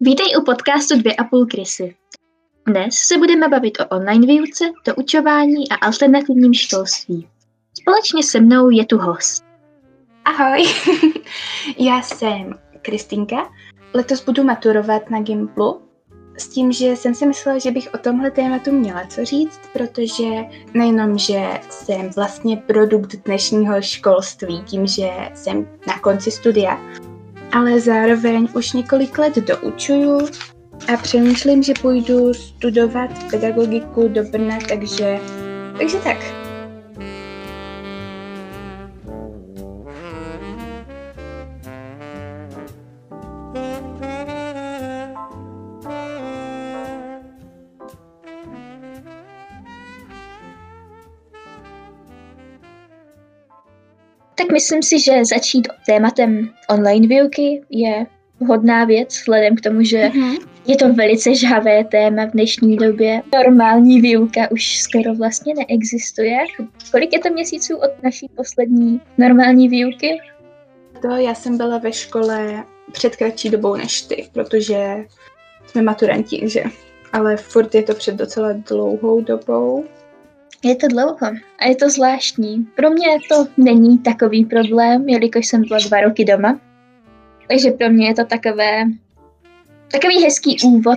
Vítej u podcastu 2,5 krysy. Dnes se budeme bavit o online výuce, doučování a alternativním školství. Společně se mnou je tu host. Ahoj, já jsem Kristýnka. Letos budu maturovat na Gimplu s tím, že jsem si myslela, že bych o tomhle tématu měla co říct, protože nejenom, že jsem vlastně produkt dnešního školství tím, že jsem na konci studia, ale zároveň už několik let doučuju a přemýšlím, že půjdu studovat pedagogiku do Brna, takže tak. Tak myslím si, že začít tématem online výuky je vhodná věc, vzhledem k tomu, že je to velice žhavé téma v dnešní době. Normální výuka už skoro vlastně neexistuje. Kolik je to měsíců od naší poslední normální výuky? Já jsem byla ve škole před kratší dobou než ty, protože jsme maturanti, že? Ale furt je to před docela dlouhou dobou. Je to dlouho a je to zvláštní. Pro mě to není takový problém, jelikož jsem byla 2 roky doma. Takže pro mě je to takový hezký úvod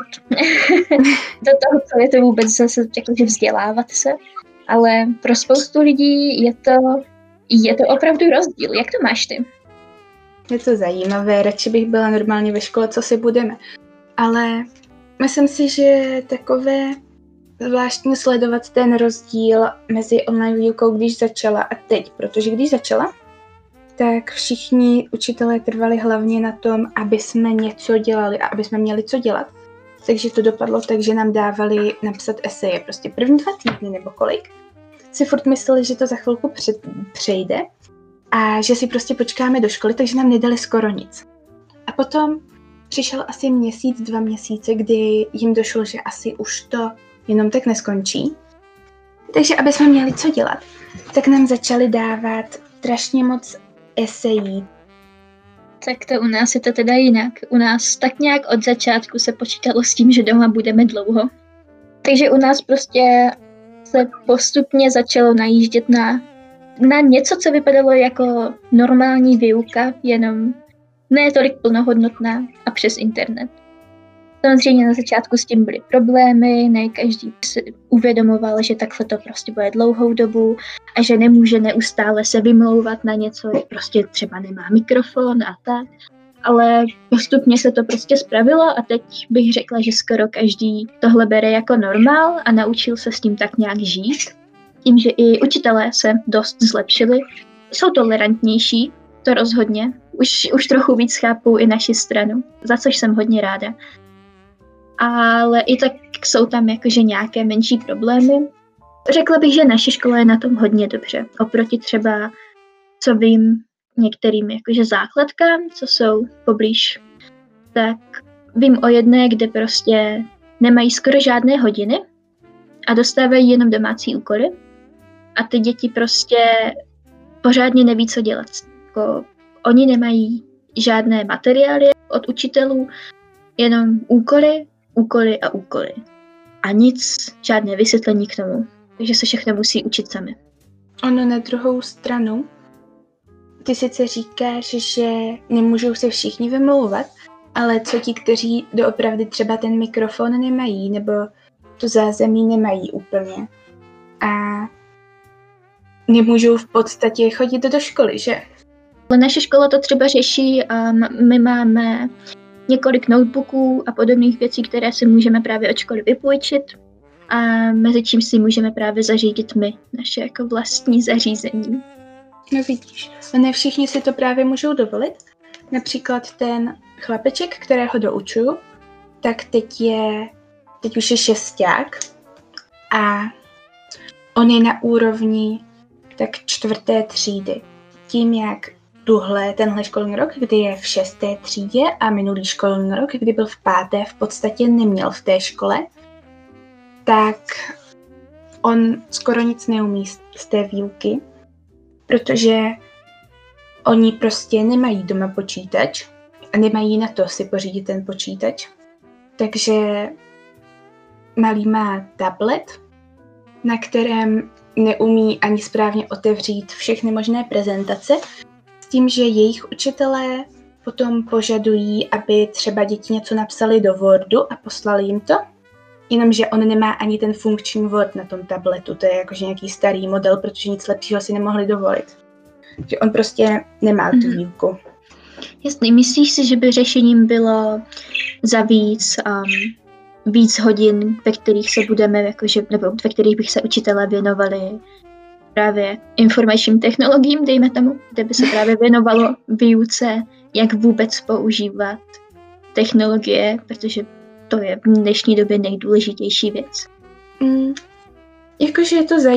do toho, co je to vůbec zase jakože vzdělávat se. Ale pro spoustu lidí je to opravdu rozdíl. Jak to máš ty? Je to zajímavé, radši bych byla normálně ve škole, co si budeme. Ale myslím si, že je takové zvláštní sledovat ten rozdíl mezi online výukou, když začala a teď. Protože když začala, tak všichni učitelé trvali hlavně na tom, aby jsme něco dělali a aby jsme měli co dělat. Takže to dopadlo tak, že nám dávali napsat eseje. Prostě první 2 týdny nebo kolik. Si furt mysleli, že to za chvilku přejde a že si prostě počkáme do školy, takže nám nedali skoro nic. A potom přišel asi 1-2 měsíce, kdy jim došlo, že asi už to jenom tak neskončí. Takže aby jsme měli co dělat, tak nám začali dávat strašně moc esejí. Tak to u nás je to teda jinak. U nás tak nějak od začátku se počítalo s tím, že doma budeme dlouho. Takže u nás prostě se postupně začalo najíždět na něco, co vypadalo jako normální výuka, jenom ne tolik plnohodnotná a přes internet. Samozřejmě na začátku s tím byly problémy, ne každý si uvědomoval, že takhle to prostě bude dlouhou dobu a že nemůže neustále se vymlouvat na něco, jak prostě třeba nemá mikrofon a tak. Ale postupně se to prostě spravilo a teď bych řekla, že skoro každý tohle bere jako normál a naučil se s tím tak nějak žít. Tím, že i učitelé se dost zlepšili, jsou tolerantnější, to rozhodně. Už trochu víc chápou i naši stranu, za což jsem hodně ráda. Ale i tak jsou tam jakože nějaké menší problémy. Řekla bych, že naše škola je na tom hodně dobře. Oproti třeba, co vím, některým jakože základkám, co jsou poblíž, tak vím o jedné, kde prostě nemají skoro žádné hodiny a dostávají jenom domácí úkoly. A ty děti prostě pořádně neví, co dělat. Jako, oni nemají žádné materiály od učitelů, jenom úkoly a úkoly. A nic, žádné vysvětlení k tomu. Takže se všechno musí učit sami. Ono na druhou stranu, ty sice říkáš, že nemůžou se všichni vymlouvat, ale co ti, kteří doopravdy třeba ten mikrofon nemají, nebo to zázemí nemají úplně. A nemůžou v podstatě chodit do školy, že? Naše škola to třeba řeší a my máme několik notebooků a podobných věcí, které si můžeme právě od školy vypůjčit a mezi čím si můžeme právě zařídit my, naše jako vlastní zařízení. No vidíš, a ne všichni si to právě můžou dovolit. Například ten chlapeček, kterého doučuju, tak teď už je 6ák a on je na úrovni tak 4. třídy. Tím, jak tenhle školní rok, kdy je v 6. třídě a minulý školní rok, kdy byl v 5. v podstatě neměl v té škole, tak on skoro nic neumí z té výuky, protože oni prostě nemají doma počítač a nemají na to si pořídit ten počítač. Takže malý má tablet, na kterém neumí ani správně otevřít všechny možné prezentace, s tím, že jejich učitelé potom požadují, aby třeba děti něco napsali do Wordu a poslali jim to, jenomže on nemá ani ten funkční Word na tom tabletu, to je jakože nějaký starý model, protože nic lepšího si nemohli dovolit. Že on prostě nemá tu výuku. Jasný, myslíš si, že by řešením bylo za víc hodin, ve kterých se budeme, nebo ve kterých bych se učitelé věnovali právě informačním technologiím, dejme tomu, kde by se právě věnovalo výuce, jak vůbec používat technologie, protože to je v dnešní době nejdůležitější věc. Jakože je to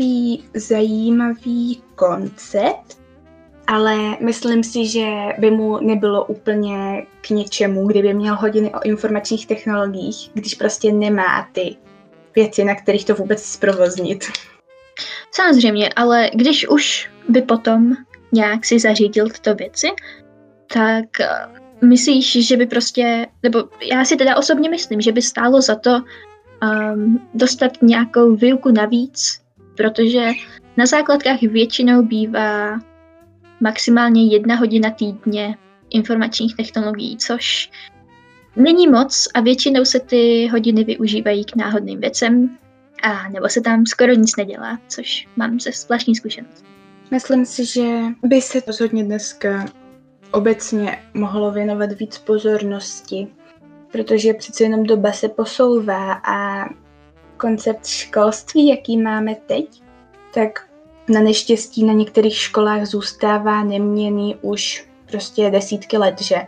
zajímavý koncept, ale myslím si, že by mu nebylo úplně k něčemu, kdyby měl hodiny o informačních technologiích, když prostě nemá ty věci, na kterých to vůbec zprovoznit. Samozřejmě, ale když už by potom nějak si zařídil tyto věci, tak myslíš, že by prostě, nebo já si teda osobně myslím, že by stálo za to dostat nějakou výuku navíc, protože na základkách většinou bývá maximálně 1 hodina týdně informačních technologií, což není moc a většinou se ty hodiny využívají k náhodným věcem, a nebo se tam skoro nic nedělá, což mám ze vlastní zkušenosti. Myslím si, že by se rozhodně dneska obecně mohlo věnovat víc pozornosti, protože přece jenom doba se posouvá a koncept školství, jaký máme teď, tak na neštěstí na některých školách zůstává neměnný už prostě desítky let, že?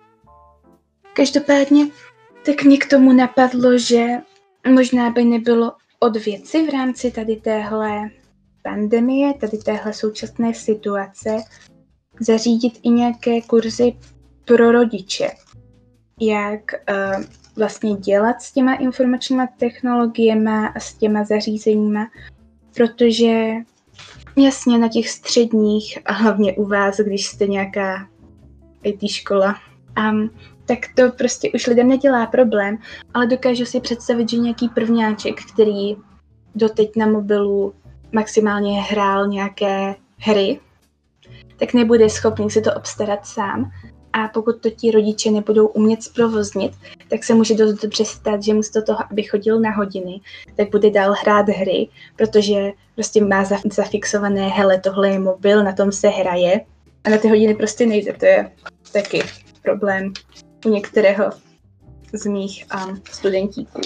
Každopádně, tak mě k tomu napadlo, že možná by nebylo od věci v rámci tady téhle pandemie, tady téhle současné situace, zařídit i nějaké kurzy pro rodiče. Jak vlastně dělat s těma informačníma technologiemi a s těma zařízeníma, protože jasně na těch středních a hlavně u vás, když jste nějaká IT škola, tak to prostě už lidem nedělá problém, ale dokážu si představit, že nějaký prvňáček, který doteď na mobilu maximálně hrál nějaké hry, tak nebude schopný si to obstarat sám. A pokud to ti rodiče nebudou umět zprovoznit, tak se může dost dobře stát, že místo toho, aby chodil na hodiny, tak bude dál hrát hry, protože prostě má zafixované, hele, tohle je mobil, na tom se hraje a na ty hodiny prostě nejde. To je taky problém u některého z mých studentíků.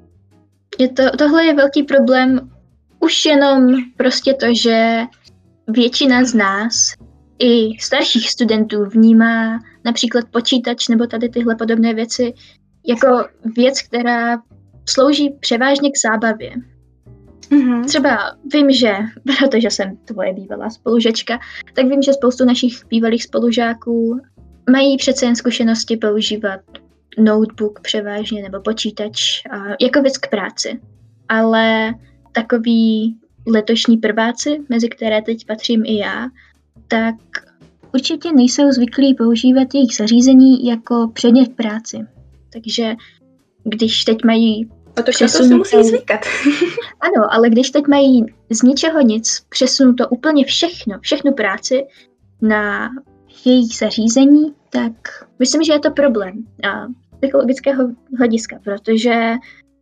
Tohle je velký problém už jenom prostě to, že většina z nás i starších studentů vnímá například počítač nebo tady tyhle podobné věci jako věc, která slouží převážně k zábavě. Mm-hmm. Třeba vím, že, protože jsem tvoje bývalá spolužačka, tak vím, že spoustu našich bývalých spolužáků mají přece jen zkušenosti používat notebook převážně nebo počítač jako věc k práci. Ale takový letošní prváci, mezi které teď patřím i já, tak určitě nejsou zvyklí používat jejich zařízení jako předmět v práci. Takže když teď mají přesunutou... To se musí zvykat. Ano, ale když teď mají z ničeho nic přesunuto úplně všechnu práci na jejich zařízení, tak myslím, že je to problém psychologického hlediska, protože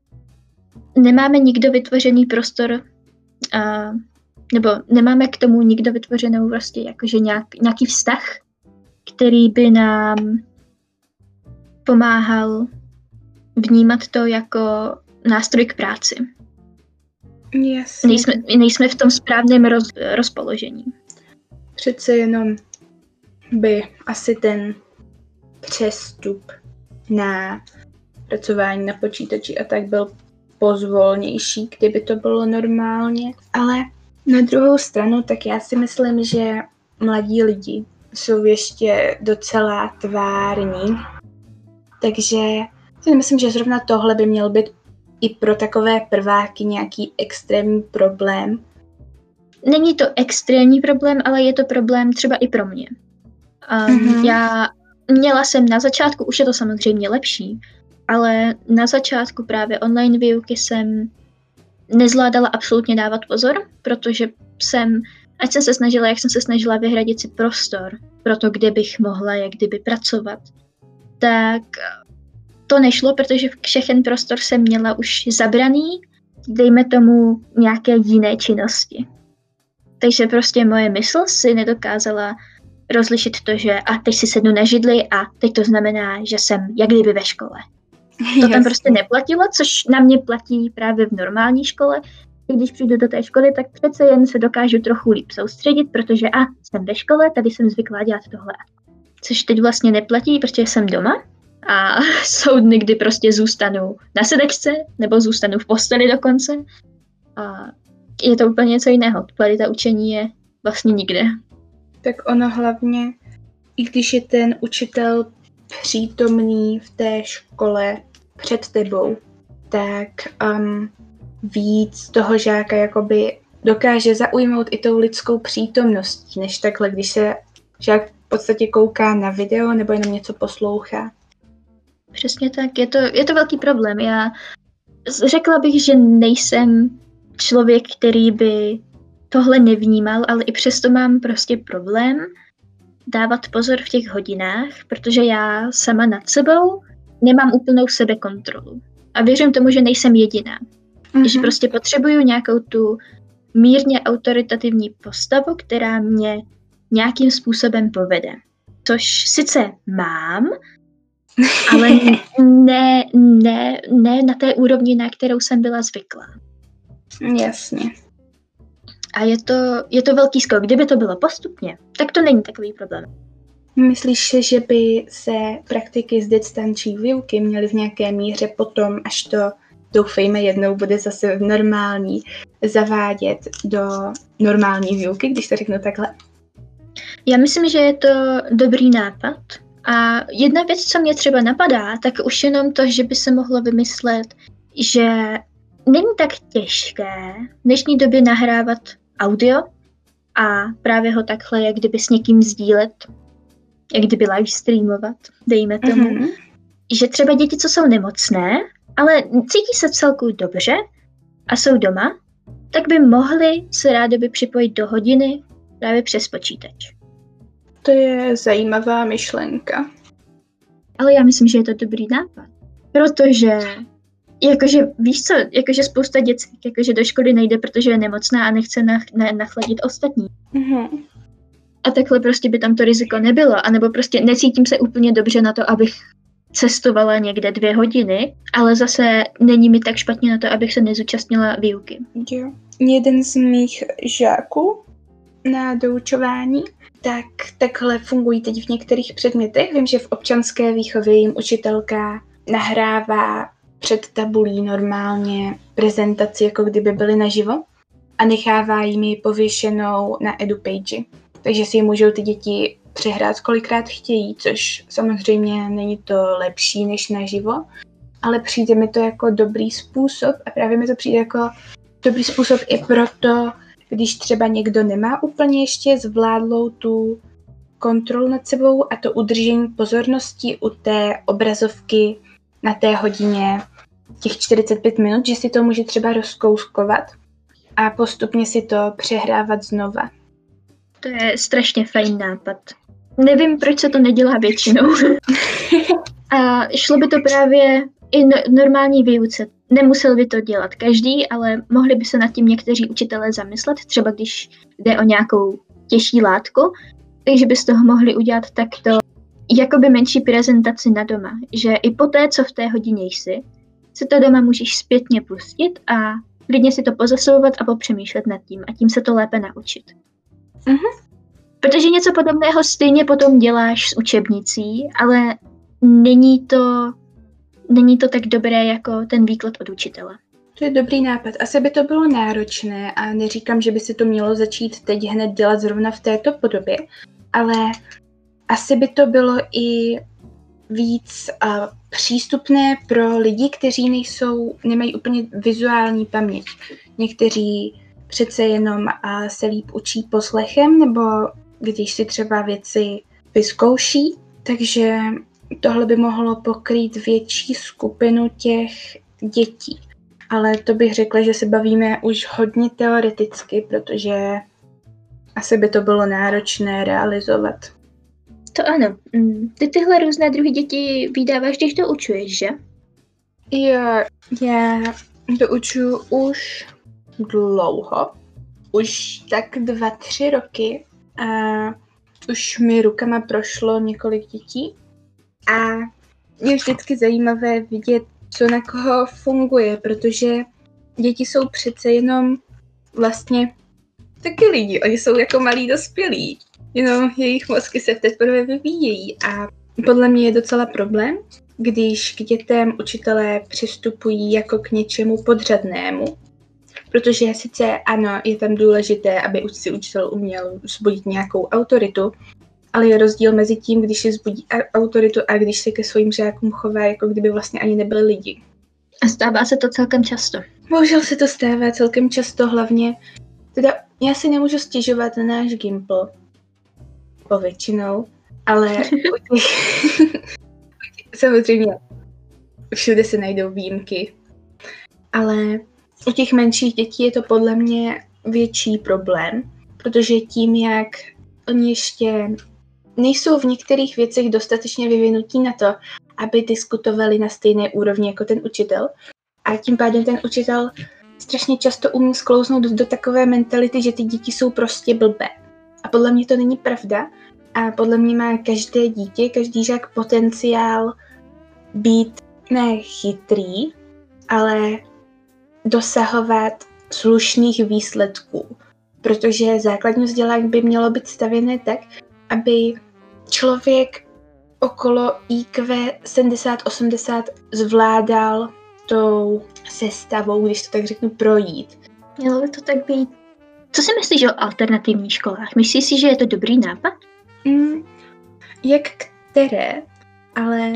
nemáme nikdo vytvořený prostor nebo nemáme k tomu nikdo vytvořenou vlastně jakože nějaký vztah, který by nám pomáhal vnímat to jako nástroj k práci. Jasně. Nejsme v tom správném rozpoložení. Přece jenom by asi ten přestup na pracování na počítači a tak byl pozvolnější, kdyby to bylo normálně. Ale na druhou stranu, tak já si myslím, že mladí lidi jsou ještě docela tvární. Takže si myslím, že zrovna tohle by měl být i pro takové prváky nějaký extrémní problém. Není to extrémní problém, ale je to problém třeba i pro mě. Já měla jsem na začátku, už je to samozřejmě lepší, ale na začátku právě online výuky jsem nezvládala absolutně dávat pozor, protože ať jsem se snažila, jak jsem se snažila vyhradit si prostor pro to, kde bych mohla, jak kdyby pracovat, tak to nešlo, protože všechen prostor jsem měla už zabraný, dejme tomu nějaké jiné činnosti. Takže prostě moje mysl si nedokázala rozlišit to, že a teď si sednu na židli a teď to znamená, že jsem jak kdyby ve škole. To tam prostě neplatilo, což na mě platí právě v normální škole. Když přijdu do té školy, tak přece jen se dokážu trochu líp soustředit, protože jsem ve škole, tady jsem zvyklá dělat tohle. Což teď vlastně neplatí, protože jsem doma a jsou dny, kdy prostě zůstanu na sedačce nebo zůstanu v posteli dokonce. A je to úplně něco jiného. Kvalita učení je vlastně nikde. Tak ono hlavně, i když je ten učitel přítomný v té škole před tebou, tak víc toho žáka jakoby dokáže zaujmout i tou lidskou přítomností, než takhle, když se žák v podstatě kouká na video nebo jenom něco poslouchá. Přesně tak, je to velký problém. Já řekla bych, že nejsem člověk, který by tohle nevnímal, ale i přesto mám prostě problém dávat pozor v těch hodinách, protože já sama nad sebou nemám úplnou sebekontrolu. A věřím tomu, že nejsem jediná. Že prostě potřebuju nějakou tu mírně autoritativní postavu, která mě nějakým způsobem povede. Což sice mám, ale ne na té úrovni, na kterou jsem byla zvyklá. Jasně. A je to velký skok. Kdyby to bylo postupně, tak to není takový problém. Myslíš, že by se praktiky z distanční výuky měly v nějaké míře potom, až to, doufejme, jednou bude zase normální, zavádět do normální výuky, když to řeknu takhle? Já myslím, že je to dobrý nápad. A jedna věc, co mě třeba napadá, tak už jenom to, že by se mohlo vymyslet, že není tak těžké v dnešní době nahrávat audio a právě ho takhle, jak kdyby s někým sdílet, jak kdyby live streamovat, dejme tomu. Že třeba děti, co jsou nemocné, ale cítí se vcelku dobře a jsou doma, tak by mohli se rádoby připojit do hodiny právě přes počítač. To je zajímavá myšlenka. Ale já myslím, že je to dobrý nápad, protože jakože, víš co, jakože spousta dětí jakože do školy nejde, protože je nemocná a nechce nachladit ostatní. A takhle prostě by tam to riziko nebylo, anebo prostě necítím se úplně dobře na to, abych cestovala někde 2 hodiny, ale zase není mi tak špatně na to, abych se nezúčastnila výuky. Jo. Jeden z mých žáků na doučování, tak takhle fungují teď v některých předmětech. Vím, že v občanské výchově jim učitelka nahrává před tabulí normálně prezentaci, jako kdyby byly naživo, a nechává jim ji pověšenou na EduPage. Takže si ji můžou ty děti přehrát kolikrát chtějí, což samozřejmě není to lepší než naživo, ale přijde mi to jako dobrý způsob a právě mi to přijde jako dobrý způsob i proto, když třeba někdo nemá úplně ještě zvládlou tu kontrolu nad sebou a to udržení pozornosti u té obrazovky na té hodině těch 45 minut, že si to může třeba rozkouskovat a postupně si to přehrávat znova. To je strašně fajn nápad. Nevím, proč se to nedělá většinou. A šlo by to právě i normální výuce. Nemusel by to dělat každý, ale mohli by se nad tím někteří učitelé zamyslet, třeba když jde o nějakou těžší látku, takže by z toho mohli udělat takto jakoby menší prezentaci na doma, že i poté, co v té hodině jsi, si to doma můžeš zpětně pustit a klidně si to pozasouvat a popřemýšlet nad tím a tím se to lépe naučit. Protože něco podobného stejně potom děláš s učebnicí, ale není to tak dobré jako ten výklad od učitele. To je dobrý nápad. Asi by to bylo náročné a neříkám, že by se to mělo začít teď hned dělat zrovna v této podobě, ale asi by to bylo i víc přístupné pro lidi, kteří nemají úplně vizuální paměť. Někteří přece jenom se líp učí poslechem, nebo když si třeba věci vyzkouší. Takže tohle by mohlo pokrýt větší skupinu těch dětí. Ale to bych řekla, že se bavíme už hodně teoreticky, protože asi by to bylo náročné realizovat. To ano. Ty tyhle různé druhy dětí vydáváš, když to učuješ, že? Jo, já to učuju už dlouho. Už tak 2-3 roky. A už mi rukama prošlo několik dětí. A je vždycky zajímavé vidět, co na koho funguje, protože děti jsou přece jenom vlastně taky lidi. Oni jsou jako malí dospělí. Jenom jejich mozky se teprve vyvíjejí a podle mě je docela problém, když k dětem učitelé přistupují jako k něčemu podřadnému. Protože sice ano, je tam důležité, aby si učitel uměl vzbudit nějakou autoritu, ale je rozdíl mezi tím, když si vzbudí autoritu a když se ke svým žákům chová, jako kdyby vlastně ani nebyli lidi. A stává se to celkem často. Bohužel se to stává celkem často, hlavně. Teda já si nemůžu stěžovat na náš Gimpl, povětšinou, ale samozřejmě všude se najdou výjimky, ale u těch menších dětí je to podle mě větší problém, protože tím, jak oni ještě nejsou v některých věcech dostatečně vyvinutí na to, aby diskutovali na stejné úrovni jako ten učitel, a tím pádem ten učitel strašně často umí sklouznout do takové mentality, že ty děti jsou prostě blbé. A podle mě to není pravda. A podle mě má každé dítě, každý žák potenciál být ne chytrý, ale dosahovat slušných výsledků. Protože základní vzdělání by mělo být stavěné tak, aby člověk okolo IQ 70-80 zvládal tou sestavou, když to tak řeknu, projít. Mělo by to tak být. Co si myslíš o alternativních školách? Myslíš si, že je to dobrý nápad? Jak které, ale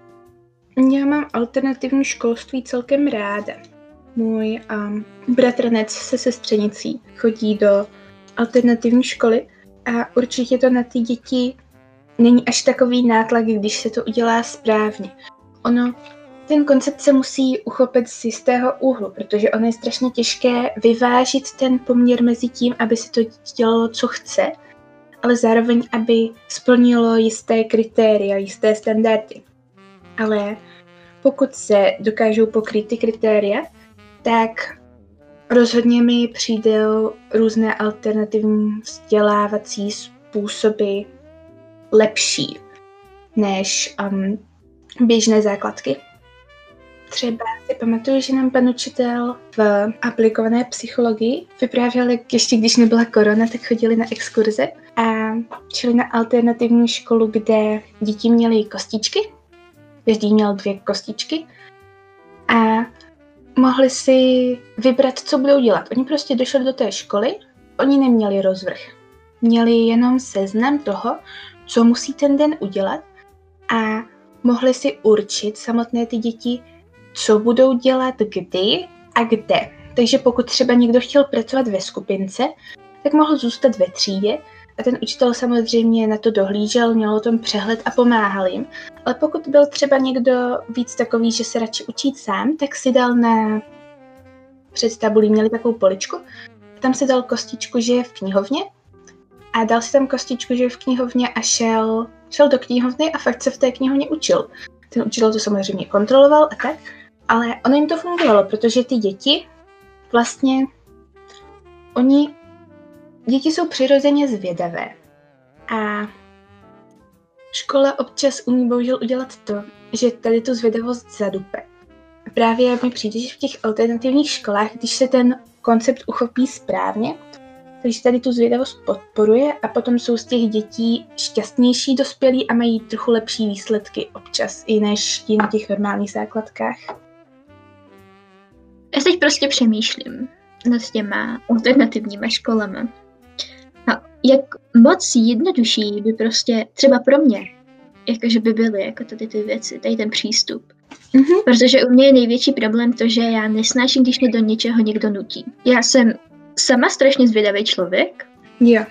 já mám alternativní školství celkem ráda. Můj bratranec se sestřenicí chodí do alternativní školy a určitě to na ty děti není až takový nátlak, když se to udělá správně. Ten koncept se musí uchopit z jistého úhlu, protože ono je strašně těžké vyvážit ten poměr mezi tím, aby se to dělalo, co chce, ale zároveň, aby splnilo jisté kritéria, jisté standardy. Ale pokud se dokážou pokrýt ty kritéria, tak rozhodně mi přijdou různé alternativní vzdělávací způsoby lepší než běžné základky. Třeba si pamatuju, že nám pan učitel v aplikované psychologii vyprávěl, jak ještě když nebyla korona, tak chodili na exkurze a šli na alternativní školu, kde děti měly kostičky. Každý měl 2 kostičky a mohli si vybrat, co budou dělat. Oni prostě došli do té školy, oni neměli rozvrh. Měli jenom seznam toho, co musí ten den udělat a mohli si určit samotné ty děti, co budou dělat kdy a kde. Takže pokud třeba někdo chtěl pracovat ve skupince, tak mohl zůstat ve třídě a ten učitel samozřejmě na to dohlížel, měl o tom přehled a pomáhal jim. Ale pokud byl třeba někdo víc takový, že se radši učí sám, tak si dal před tabulí měli takovou poličku, tam si dal kostičku, že je v knihovně a dal si tam kostičku, že je v knihovně a šel do knihovny a fakt se v té knihovně učil. Ten učitel to samozřejmě kontroloval a tak, ale ono jim to fungovalo, protože ty děti vlastně, děti jsou přirozeně zvědavé a škola občas umí bohužel udělat to, že tady tu zvědavost zadupe. A právě mi přijde, že v těch alternativních školách, když se ten koncept uchopí správně, takže tady tu zvědavost podporuje a potom jsou z těch dětí šťastnější dospělí a mají trochu lepší výsledky občas, i než ti na těch normálních základkách. Já teď prostě přemýšlím nad těma alternativníma školama. A jak moc jednodušší by prostě třeba pro mě, jakože by byly jako tady ty věci, tady ten přístup. Mm-hmm. Protože u mě je největší problém to, že já nesnáším, když mě do něčeho někdo nutí. Já jsem sama strašně zvědavý člověk. Jo.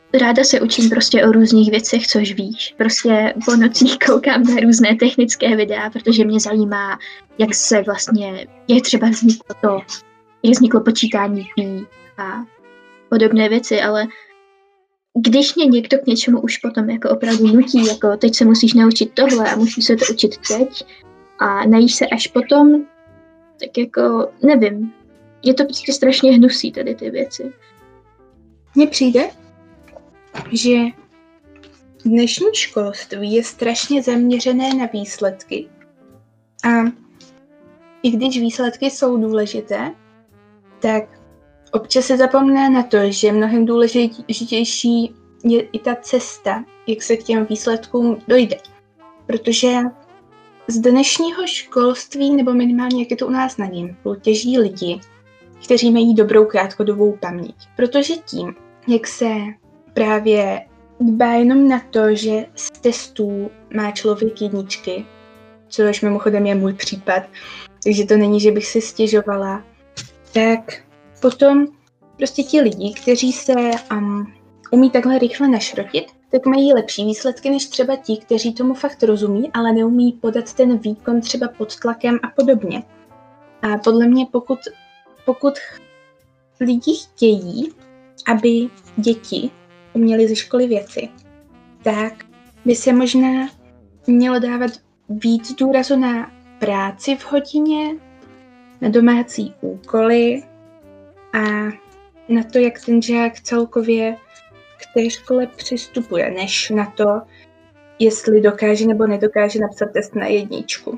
ráda se učím prostě o různých věcech, což víš. Prostě po nocích koukám na různé technické videa, protože mě zajímá, jak třeba vzniklo počítání pi a podobné věci, ale když mě někdo k něčemu už potom jako opravdu nutí, jako teď se musíš naučit tohle a musíš se to učit teď a najíš se až potom, tak jako nevím. Je to prostě strašně hnusí tady ty věci. Mně přijde, že dnešní školství je strašně zaměřené na výsledky. A i když výsledky jsou důležité, tak občas se zapomíná na to, že mnohem důležitější je i ta cesta, jak se k těm výsledkům dojde. Protože z dnešního školství, nebo minimálně jak je to u nás na Gimplu, těží lidi, kteří mají dobrou krátkodobou paměť. Protože tím, jak se právě dbá jenom na to, že z testů má člověk jedničky, což mimochodem je můj případ, takže to není, že bych si stěžovala, tak potom prostě ti lidi, kteří se umí takhle rychle našrotit, tak mají lepší výsledky než třeba ti, kteří tomu fakt rozumí, ale neumí podat ten výkon třeba pod tlakem a podobně. A podle mě, pokud lidi chtějí, aby děti uměly ze školy věci, tak by se možná mělo dávat víc důrazu na práci v hodině, na domácí úkoly a na to, jak ten žák celkově k té škole přistupuje, než na to, jestli dokáže nebo nedokáže napsat test na jedničku.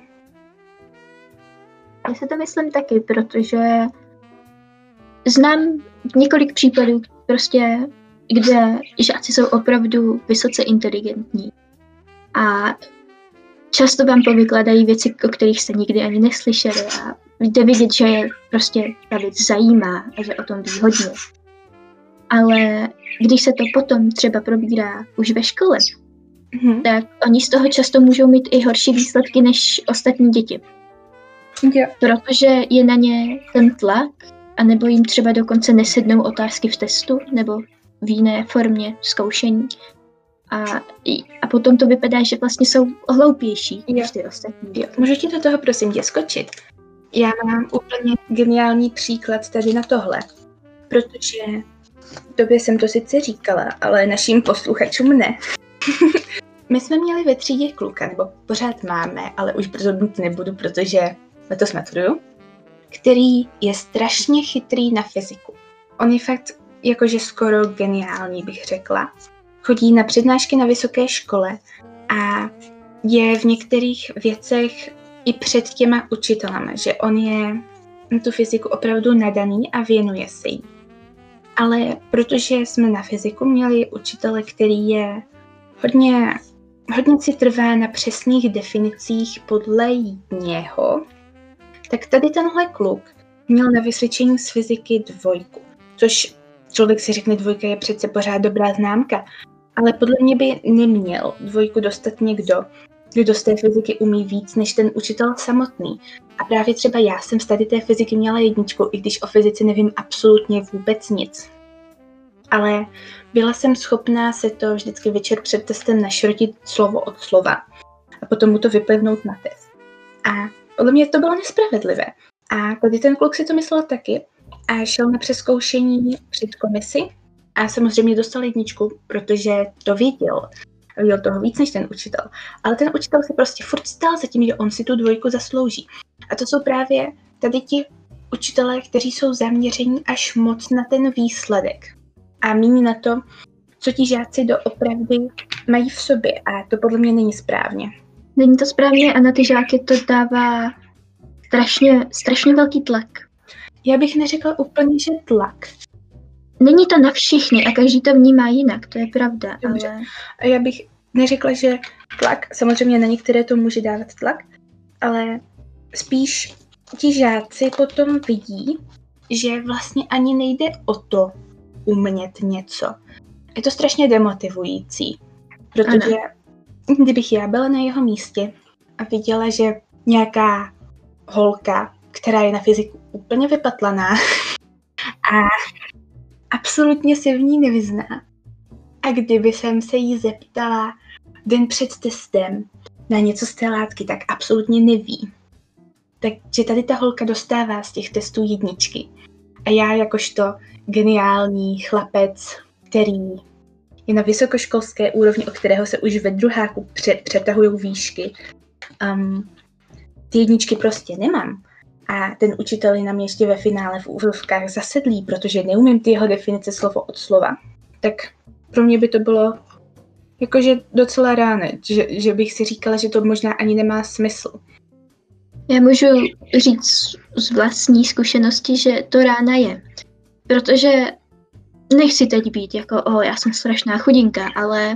Já si to myslím taky, protože znám několik případů, prostě, kde žáci jsou opravdu vysoce inteligentní a často vám povykladají věci, o kterých jste nikdy ani neslyšeli a jde vidět, že je prostě ta věc zajímá a že o tom ví hodně. Ale když se to potom třeba probírá už ve škole, tak oni z toho často můžou mít i horší výsledky než ostatní děti. Yeah. Protože je na ně ten tlak, anebo jim třeba dokonce nesednou otázky v testu, nebo v jiné formě zkoušení. A potom to vypadá, že vlastně jsou hloupější než ty ostatní. Jo. Můžu ti do toho prosím tě skočit? Já mám úplně geniální příklad tady na tohle, protože tobě jsem to sice říkala, ale našim posluchačům ne. My jsme měli ve třídě kluka, nebo pořád máme, ale už brzo mít nebudu, protože letos maturuju, který je strašně chytrý na fyziku. On je fakt jakože skoro geniální, bych řekla. Chodí na přednášky na vysoké škole a je v některých věcech i před těma učitelama, že on je na tu fyziku opravdu nadaný a věnuje se jí. Ale protože jsme na fyziku měli učitele, který je hodně si trvá na přesných definicích podle něho, tak tady tenhle kluk měl na vysvědčení z fyziky 2, což člověk si řekne 2 je přece pořád dobrá známka, ale podle mě by neměl 2 dostat někdo, kdo z té fyziky umí víc než ten učitel samotný. A právě třeba já jsem z tady té fyziky měla 1, i když o fyzice nevím absolutně vůbec nic. Ale byla jsem schopná se to vždycky večer před testem našrotit slovo od slova a potom mu to vyplivnout na test. A podle mě to bylo nespravedlivé. A tady ten kluk si to myslel taky a šel na přezkoušení před komisi a samozřejmě dostal 1, protože to věděl. Věděl toho víc než ten učitel. Ale ten učitel si prostě furt stál za tím, že on si tu 2 zaslouží. A to jsou právě tady ti učitelé, kteří jsou zaměření až moc na ten výsledek. A míní na to, co ti žáci doopravdy mají v sobě. A to podle mě není správně. Není to správně a na ty žáky to dává strašně velký tlak. Já bych neřekla úplně, že tlak. Není to na všichni a každý to vnímá jinak, to je pravda. Dobře. Ale... A já bych neřekla, že tlak, samozřejmě na některé to může dávat tlak, ale spíš ti žáci potom vidí, že vlastně ani nejde o to umět něco. Je to strašně demotivující, protože kdybych já byla na jeho místě a viděla, že nějaká holka, která je na fyziku úplně vypatlaná a absolutně se v ní nevyzná A kdyby jsem se jí zeptala den před testem na něco z té látky, tak absolutně neví. Takže tady ta holka dostává z těch testů 1. A já jakožto geniální chlapec, který je na vysokoškolské úrovni, o kterého se už ve druháku přetahují výšky, ty 1 prostě nemám. A ten učitel je na mě ještě ve finále v úvozovkách zasedlý, protože neumím ty jeho definice slovo od slova. Tak pro mě by to bylo jakože docela ráne, že bych si říkala, že to možná ani nemá smysl. Já můžu říct z vlastní zkušenosti, že to rána je. Protože nechci teď být jako, já jsem strašná chudinka, ale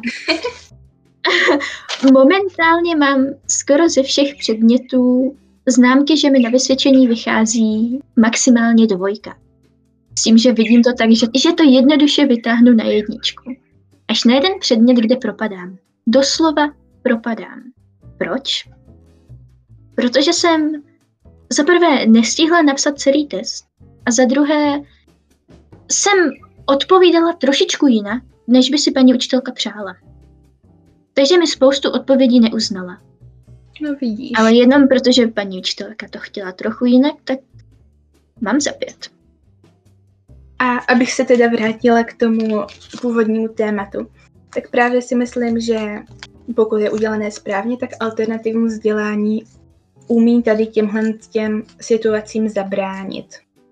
momentálně mám skoro ze všech předmětů známky, že mi na vysvědčení vychází maximálně 2. S tím, že vidím to tak, že to jednoduše vytáhnu na 1. Až na jeden předmět, kde propadám. Doslova propadám. Proč? Protože jsem za prvé nestihla napsat celý test a za druhé jsem odpovídala trošičku jinak, než by si paní učitelka přála. Takže mi spoustu odpovědí neuznala. No vidíš. Ale jenom protože paní učitelka to chtěla trochu jinak, tak mám za 5. A abych se teda vrátila k tomu původnímu tématu, tak právě si myslím, že pokud je udělané správně, tak alternativní vzdělání umí tady těm situacím zabránit.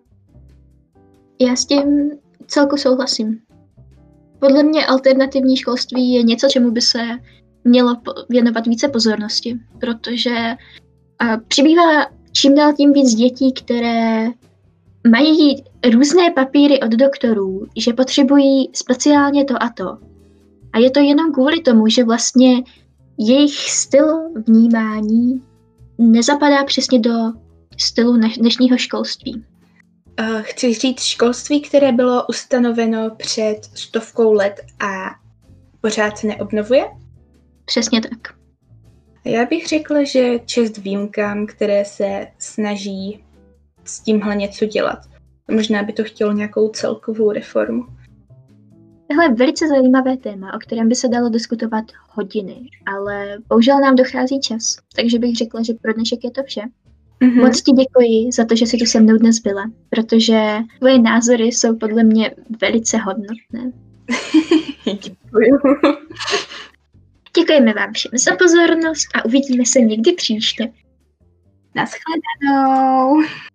Já s tím celku souhlasím. Podle mě alternativní školství je něco, čemu by se mělo věnovat více pozornosti, protože přibývá čím dál tím víc dětí, které mají různé papíry od doktorů, že potřebují speciálně to a to. A je to jenom kvůli tomu, že vlastně jejich styl vnímání nezapadá přesně do stylu dnešního školství. Chci říct školství, které bylo ustanoveno před 100 let a pořád se neobnovuje? Přesně tak. Já bych řekla, že čest výjimkám, které se snaží s tímhle něco dělat. Možná by to chtělo nějakou celkovou reformu. Tohle je velice zajímavé téma, o kterém by se dalo diskutovat hodiny, ale bohužel nám dochází čas, takže bych řekla, že pro dnešek je to vše. Mm-hmm. Moc ti děkuji za to, že jsi tu se mnou dnes byla, protože tvoje názory jsou podle mě velice hodnotné. Děkuji. Děkujeme vám všem za pozornost a uvidíme se někdy příště. Naschledanou.